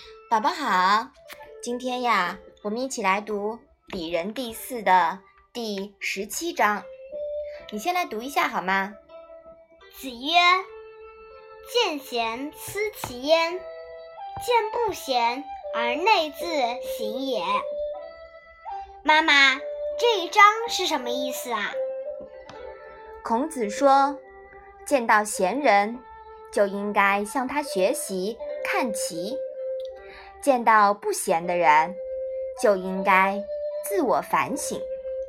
宝宝好，今天呀，我们一起来读《礼仁》第4的第17章。你先来读一下好吗？ 子曰：见贤思齐焉，见不贤而内自省也。妈妈，这一章是什么意思啊？ 孔子说，见到贤人就应该向他学习看齐，见到不贤的人就应该自我反省，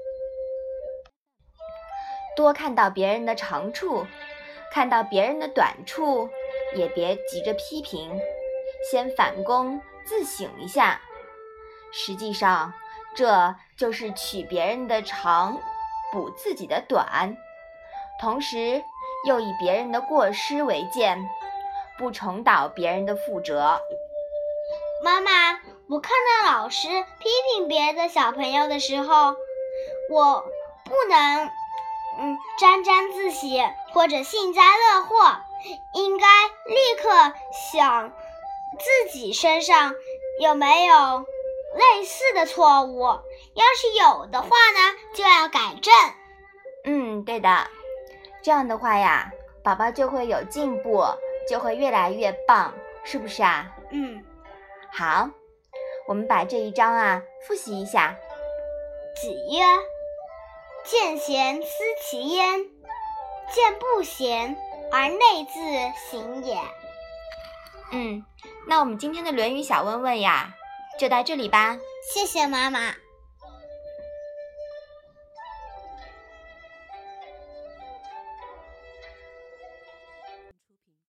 多看到别人的长处，看到别人的短处，也别急着批评，先反躬自省一下。实际上，这就是取别人的长，补自己的短，同时又以别人的过失为鉴，不重蹈别人的覆辙。 妈妈，我看到老师批评别的小朋友的时候，我不能沾沾自喜或者幸灾乐祸，应该立刻想自己身上有没有类似的错误，要是有的话呢，就要改正。 对的，这样的话呀，宝宝就会有进步，就会越来越棒，是不是啊？好，我们把这一章复习一下。 子曰：见贤思齐焉，见不贤而内自省也。 那我们今天的《论语》小问问呀，就到这里吧。 谢谢妈妈。